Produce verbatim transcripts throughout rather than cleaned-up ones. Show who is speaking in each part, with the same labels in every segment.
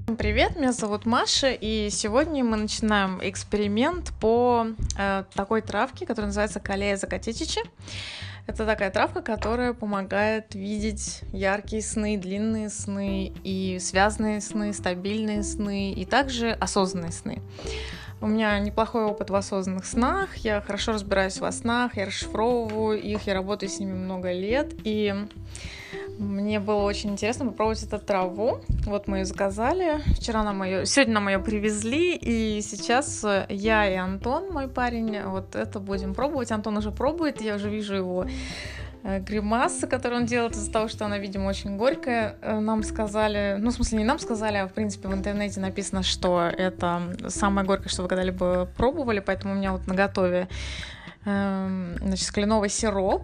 Speaker 1: Привет, меня зовут Маша, и сегодня мы начинаем эксперимент по э, такой травке, которая называется Калея закатичичи. Это такая травка, которая помогает видеть яркие сны, длинные сны, и связанные сны, стабильные сны, и также осознанные сны. У меня неплохой опыт в осознанных снах, я хорошо разбираюсь во снах, я расшифровываю их, я работаю с ними много лет, и мне было очень интересно попробовать эту траву. Вот мы ее заказали, вчера нам ее, сегодня нам ее привезли, и сейчас я и Антон, мой парень, вот это будем пробовать. Антон уже пробует, я уже вижу его гримасы, которые он делает из-за того, что она, видимо, очень горькая. Нам сказали, ну, в смысле, не нам сказали, а, в принципе, в интернете написано, что это самое горькое, что вы когда-либо пробовали, поэтому у меня вот наготове, значит, кленовый сироп,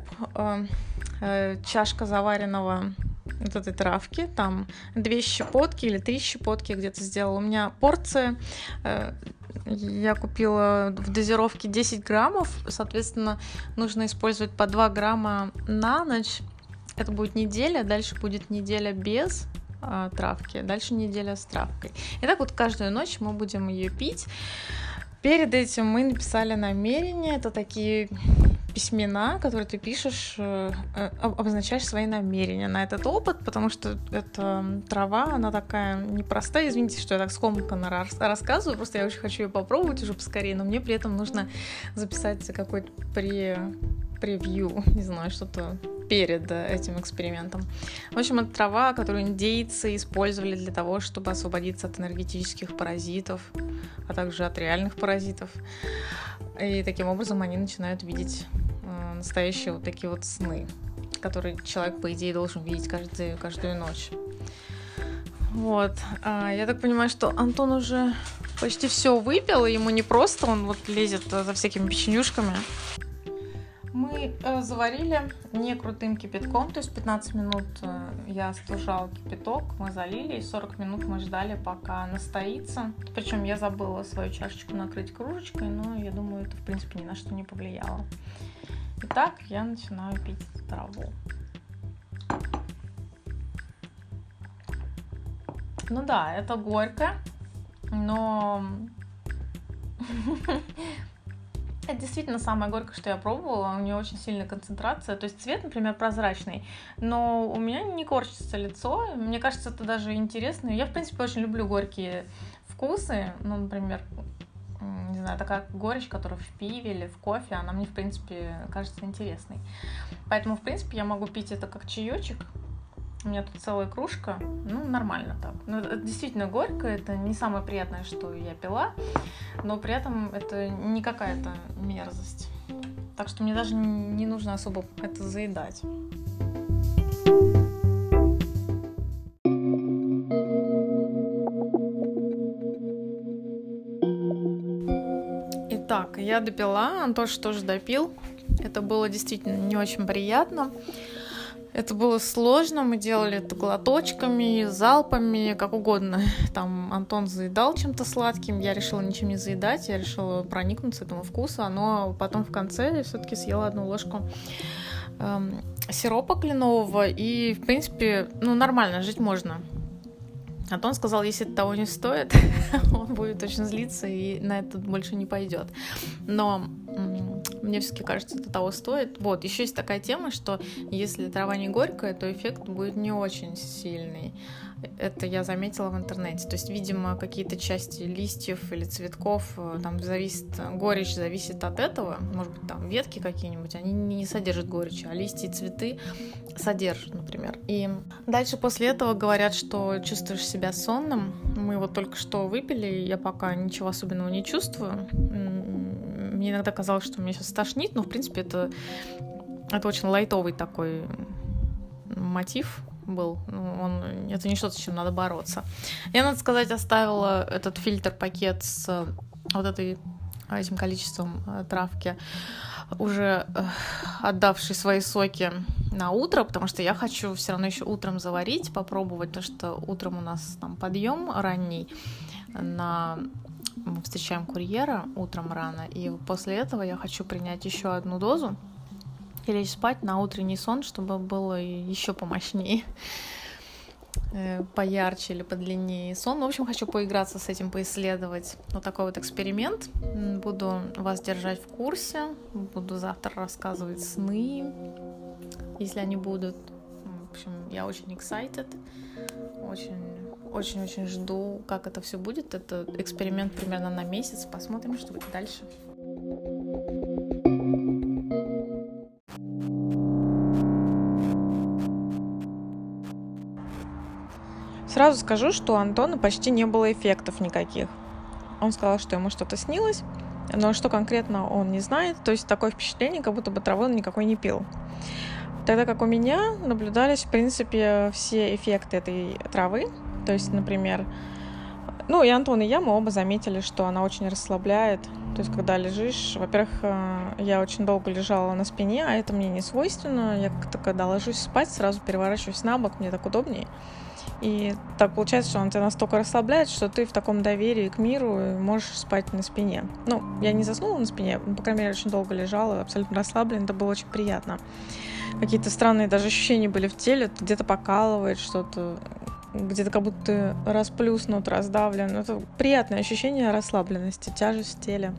Speaker 1: чашка заваренного вот этой травки, там две щепотки или три щепотки где-то сделала. У меня порция, я купила в дозировке десять граммов, соответственно, нужно использовать по два грамма на ночь. Это будет неделя, дальше будет неделя без а, травки, дальше неделя с травкой. И так вот каждую ночь мы будем ее пить. Перед этим мы написали намерения, это такие письмена, которые ты пишешь, обозначаешь свои намерения на этот опыт, потому что эта трава, она такая непростая, извините, что я так скомканно рассказываю, просто я очень хочу ее попробовать уже поскорее, но мне при этом нужно записать какой-то при... превью, не знаю, что-то перед этим экспериментом. В общем, это трава, которую индейцы использовали для того, чтобы освободиться от энергетических паразитов, а также от реальных паразитов. И таким образом они начинают видеть э, настоящие вот такие вот сны, которые человек, по идее, должен видеть каждую, каждую ночь. Вот. А, я так понимаю, что Антон уже почти все выпил, и ему не просто, он вот лезет за всякими печенюшками. Мы э, заварили не крутым кипятком, то есть пятнадцать минут э, я остужала кипяток, мы залили, и сорок минут мы ждали, пока настоится. Причем я забыла свою чашечку накрыть кружечкой, но я думаю, это в принципе ни на что не повлияло. Итак, я начинаю пить траву. Ну да, это горько, но... Это действительно самое горькое, что я пробовала. У нее очень сильная концентрация. То есть цвет, например, прозрачный. Но у меня не корчится лицо. Мне кажется, это даже интересно. Я, в принципе, очень люблю горькие вкусы. Ну, например, не знаю, такая горечь, которая в пиве или в кофе, она мне, в принципе, кажется интересной. Поэтому, в принципе, я могу пить это как чаечек. У меня тут целая кружка, ну, нормально так. Но это действительно горько, это не самое приятное, что я пила, но при этом это не какая-то мерзость. Так что мне даже не нужно особо это заедать. Итак, я допила, Антош тоже допил. Это было действительно не очень приятно. Это было сложно, мы делали это глоточками, залпами, как угодно. Там Антон заедал чем-то сладким, я решила ничем не заедать, я решила проникнуться этому вкусу, но потом в конце я все-таки съела одну ложку эм, сиропа кленового, и, в принципе, ну, нормально, жить можно. Антон сказал, если это того не стоит, он будет очень злиться и на это больше не пойдет. Но м- мне все-таки кажется, это того стоит. Вот, еще есть такая тема, что если трава не горькая, то эффект будет не очень сильный. Это я заметила в интернете. То есть, видимо, какие-то части листьев или цветков, там зависит, горечь зависит от этого. Может быть, там ветки какие-нибудь, они не содержат горечи, а листья и цветы содержат, например. И дальше после этого говорят, что чувствуешь себя сонным. Мы вот только что выпили, я пока ничего особенного не чувствую. Мне иногда казалось, что меня сейчас стошнит, но, в принципе, это, это очень лайтовый такой мотив был. Он, это не что-то, с чем надо бороться. Я, надо сказать, оставила этот фильтр-пакет с вот этой, этим количеством травки, уже отдавший свои соки на утро, потому что я хочу все равно еще утром заварить, попробовать, потому что утром у нас там подъем ранний, на... мы встречаем курьера утром рано, и после этого я хочу принять еще одну дозу и лечь спать на утренний сон, чтобы было еще помощнее. э, поярче или подлиннее сон. Ну, в общем, хочу поиграться с этим, поисследовать. Вот такой вот эксперимент. Буду вас держать в курсе. Буду завтра рассказывать сны, если они будут. В общем, я очень excited. Очень, очень-очень жду, как это все будет. Это эксперимент примерно на месяц. Посмотрим, что будет дальше. Сразу скажу, что у Антона почти не было эффектов никаких. Он сказал, что ему что-то снилось, но что конкретно он не знает. То есть такое впечатление, как будто бы травы он никакой не пил. Тогда как у меня наблюдались, в принципе, все эффекты этой травы. То есть, например, ну и Антон, и я, мы оба заметили, что она очень расслабляет. То есть, когда лежишь, во-первых, я очень долго лежала на спине, а это мне не свойственно. Я как-то, когда ложусь спать, сразу переворачиваюсь на бок, мне так удобнее. И так получается, что он тебя настолько расслабляет, что ты в таком доверии к миру можешь спать на спине. Ну, я не заснула на спине, по крайней мере, очень долго лежала, абсолютно расслаблена, это было очень приятно. Какие-то странные даже ощущения были в теле, где-то покалывает что-то, где-то как будто ты расплюснут, раздавлен. Это приятное ощущение расслабленности, тяжесть в теле.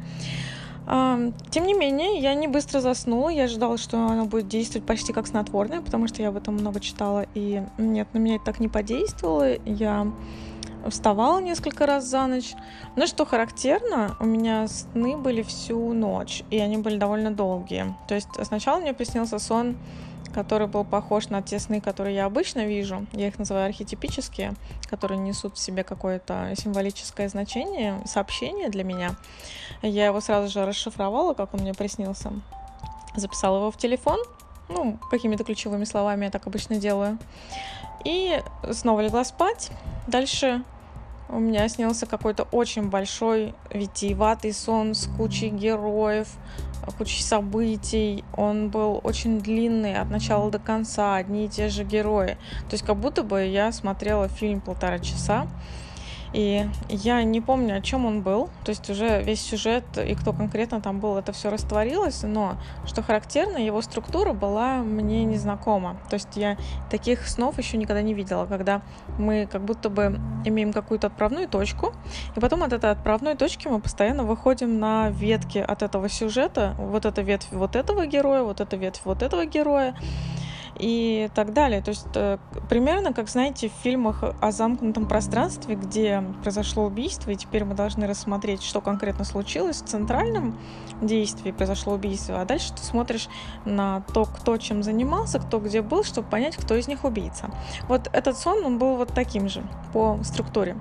Speaker 1: Тем не менее, я не быстро заснула, я ожидала, что она будет действовать почти как снотворное, потому что я об этом много читала, и нет, на меня это так не подействовало, я вставала несколько раз за ночь, но что характерно, у меня сны были всю ночь, и они были довольно долгие, то есть сначала мне приснился сон, который был похож на те сны, которые я обычно вижу. Я их называю архетипические, которые несут в себе какое-то символическое значение, сообщение для меня. Я его сразу же расшифровала, как он мне приснился. Записала его в телефон, ну, какими-то ключевыми словами я так обычно делаю. И снова легла спать. Дальше у меня снился какой-то очень большой витиеватый сон с кучей героев, кучей событий. Он был очень длинный от начала до конца, одни и те же герои. То есть как будто бы я смотрела фильм полтора часа. И я не помню, о чем он был. То есть уже весь сюжет и кто конкретно там был, это все растворилось. Но, что характерно, его структура была мне незнакома. То есть я таких снов еще никогда не видела, когда мы как будто бы имеем какую-то отправную точку, и потом от этой отправной точки мы постоянно выходим на ветки от этого сюжета. Вот эта ветвь вот этого героя, вот эта ветвь вот этого героя. И так далее. То есть э, примерно, как, знаете, в фильмах о замкнутом пространстве, где произошло убийство, и теперь мы должны рассмотреть, что конкретно случилось в центральном действии, произошло убийство, а дальше ты смотришь на то, кто чем занимался, кто где был, чтобы понять, кто из них убийца. Вот этот сон, он был вот таким же по структуре.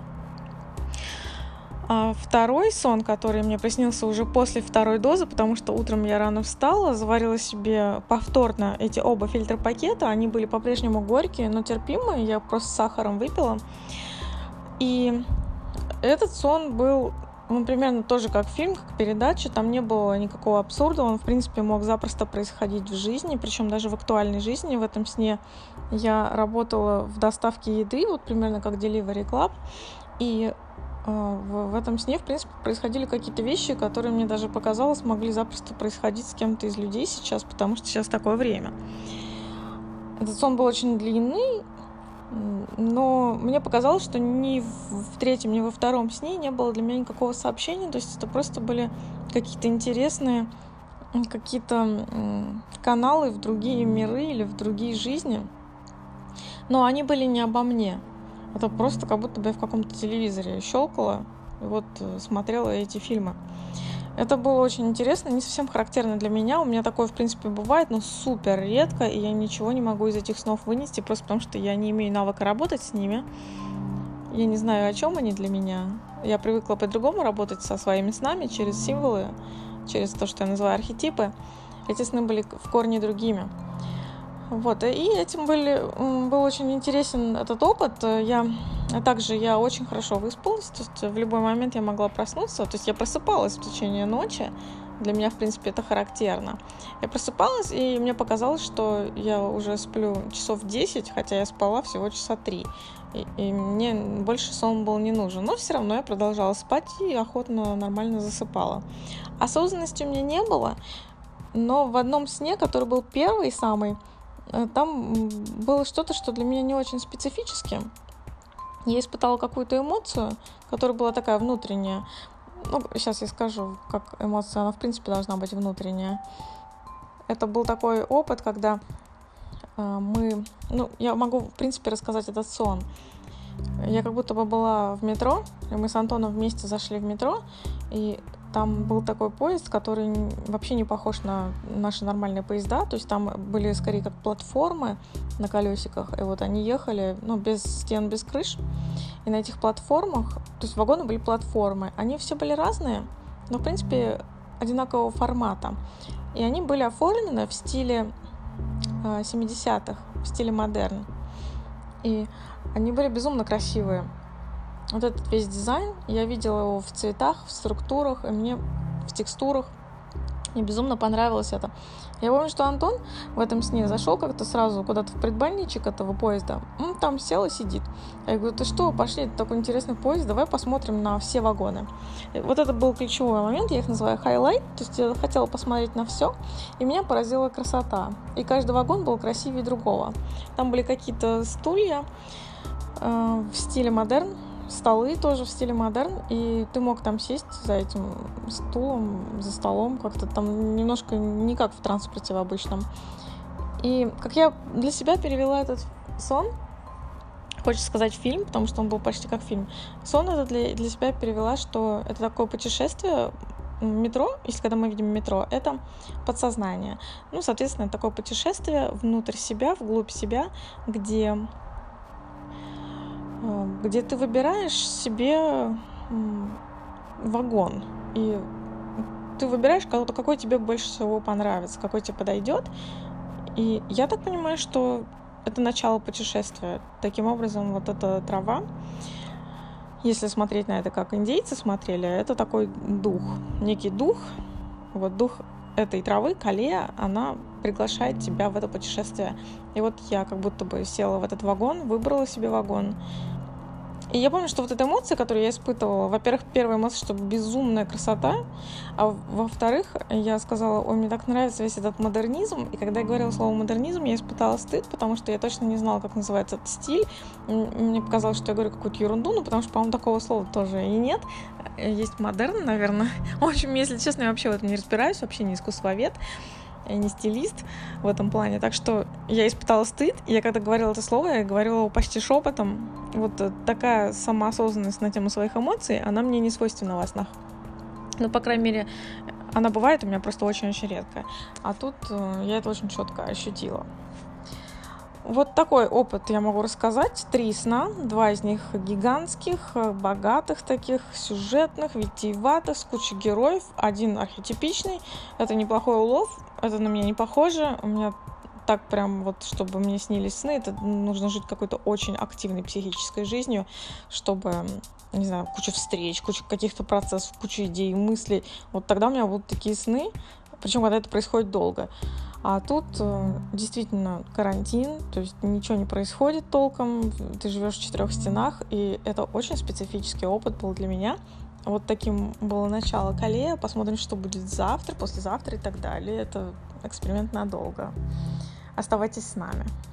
Speaker 1: А второй сон, который мне приснился уже после второй дозы, потому что утром я рано встала, заварила себе повторно эти оба фильтр-пакета. Они были по-прежнему горькие, но терпимые. Я просто с сахаром выпила. И этот сон был, ну, примерно тоже как фильм, как передача. Там не было никакого абсурда. Он, в принципе, мог запросто происходить в жизни, причем даже в актуальной жизни. В этом сне я работала в доставке еды, вот примерно как Delivery Club. И в этом сне, в принципе, происходили какие-то вещи, которые мне даже показалось могли запросто происходить с кем-то из людей сейчас, потому что сейчас такое время. Этот сон был очень длинный, но мне показалось, что ни в третьем, ни во втором сне не было для меня никакого сообщения, то есть это просто были какие-то интересные какие-то каналы в другие миры или в другие жизни, но они были не обо мне. Это просто как будто бы я в каком-то телевизоре щелкала и вот смотрела эти фильмы. Это было очень интересно, не совсем характерно для меня. У меня такое, в принципе, бывает, но супер редко, и я ничего не могу из этих снов вынести, просто потому что я не имею навыка работать с ними. Я не знаю, о чем они для меня. Я привыкла по-другому работать со своими снами, через символы, через то, что я называю архетипы. Эти сны были в корне другими. Вот, и этим были, был очень интересен этот опыт. Я, а также я очень хорошо выспалась, то есть в любой момент я могла проснуться, то есть я просыпалась в течение ночи, для меня, в принципе, это характерно. Я просыпалась, и мне показалось, что я уже сплю часов десять, хотя я спала всего часа три, и, и мне больше сон был не нужен, но все равно я продолжала спать и охотно, нормально засыпала. Осознанности у меня не было, но в одном сне, который был первый самый, там было что-то, что для меня не очень специфически. Я испытала какую-то эмоцию, которая была такая внутренняя. Ну, сейчас я скажу, как эмоция, она в принципе должна быть внутренняя. Это был такой опыт, когда э, мы... Ну, я могу, в принципе, рассказать этот сон. Я как будто бы была в метро, и мы с Антоном вместе зашли в метро, и там был такой поезд, который вообще не похож на наши нормальные поезда, то есть там были скорее как платформы на колесиках, и вот они ехали, ну, без стен, без крыш, и на этих платформах, то есть вагоны были платформы, они все были разные, но, в принципе, одинакового формата, и они были оформлены в стиле э, семидесятых, в стиле модерн, и они были безумно красивые. Вот этот весь дизайн, я видела его в цветах, в структурах, и мне в текстурах. Мне безумно понравилось это. Я помню, что Антон в этом сне зашел как-то сразу куда-то в предбанничек этого поезда. Он там сел и сидит. Я говорю, ты что, пошли, это такой интересный поезд, давай посмотрим на все вагоны. И вот это был ключевой момент, я их называю highlight, то есть я хотела посмотреть на все, и меня поразила красота. И каждый вагон был красивее другого. Там были какие-то стулья э, в стиле модерн, столы тоже в стиле модерн, и ты мог там сесть за этим стулом, за столом, как-то там немножко не как в транспорте в обычном. И как я для себя перевела этот сон, хочется сказать фильм, потому что он был почти как фильм, сон это для, для себя перевела, что это такое путешествие. Метро, если когда мы видим метро, это подсознание. Ну, соответственно, это такое путешествие внутрь себя, вглубь себя, где... где ты выбираешь себе вагон, и ты выбираешь, какой тебе больше всего понравится, какой тебе подойдет. И я так понимаю, что это начало путешествия. Таким образом, вот эта трава, если смотреть на это, как индейцы смотрели, это такой дух, некий дух. Вот дух этой травы, калея, она приглашает тебя в это путешествие. И вот я как будто бы села в этот вагон, выбрала себе вагон. И я помню, что вот эта эмоция, которую я испытывала, во-первых, первая эмоция, что безумная красота, а во-вторых, я сказала, ой, мне так нравится весь этот модернизм, и когда я говорила слово модернизм, я испытала стыд, потому что я точно не знала, как называется этот стиль, мне показалось, что я говорю какую-то ерунду, ну, потому что, по-моему, такого слова тоже и нет, есть модерн, наверное. В общем, если честно, я вообще в этом не разбираюсь, вообще не искусствовед, я не стилист в этом плане, так что я испытала стыд, и я когда говорила это слово, я говорила его почти шепотом. Вот такая самоосознанность на тему своих эмоций, она мне не свойственна во снах. Ну, по крайней мере, она бывает у меня просто очень-очень редко. А тут я это очень четко ощутила. Вот такой опыт я могу рассказать. Три сна, два из них гигантских, богатых таких, сюжетных, витиеватых, с кучей героев. Один архетипичный, это неплохой улов, это на меня не похоже. У меня так прям вот, чтобы мне снились сны, это нужно жить какой-то очень активной психической жизнью, чтобы, не знаю, куча встреч, куча каких-то процессов, куча идей, мыслей. Вот тогда у меня будут такие сны, причем когда это происходит долго. А тут э, действительно карантин, то есть ничего не происходит толком, ты живешь в четырех стенах, и это очень специфический опыт был для меня. Вот таким было начало Калея, посмотрим, что будет завтра, послезавтра и так далее. Это эксперимент надолго. Оставайтесь с нами.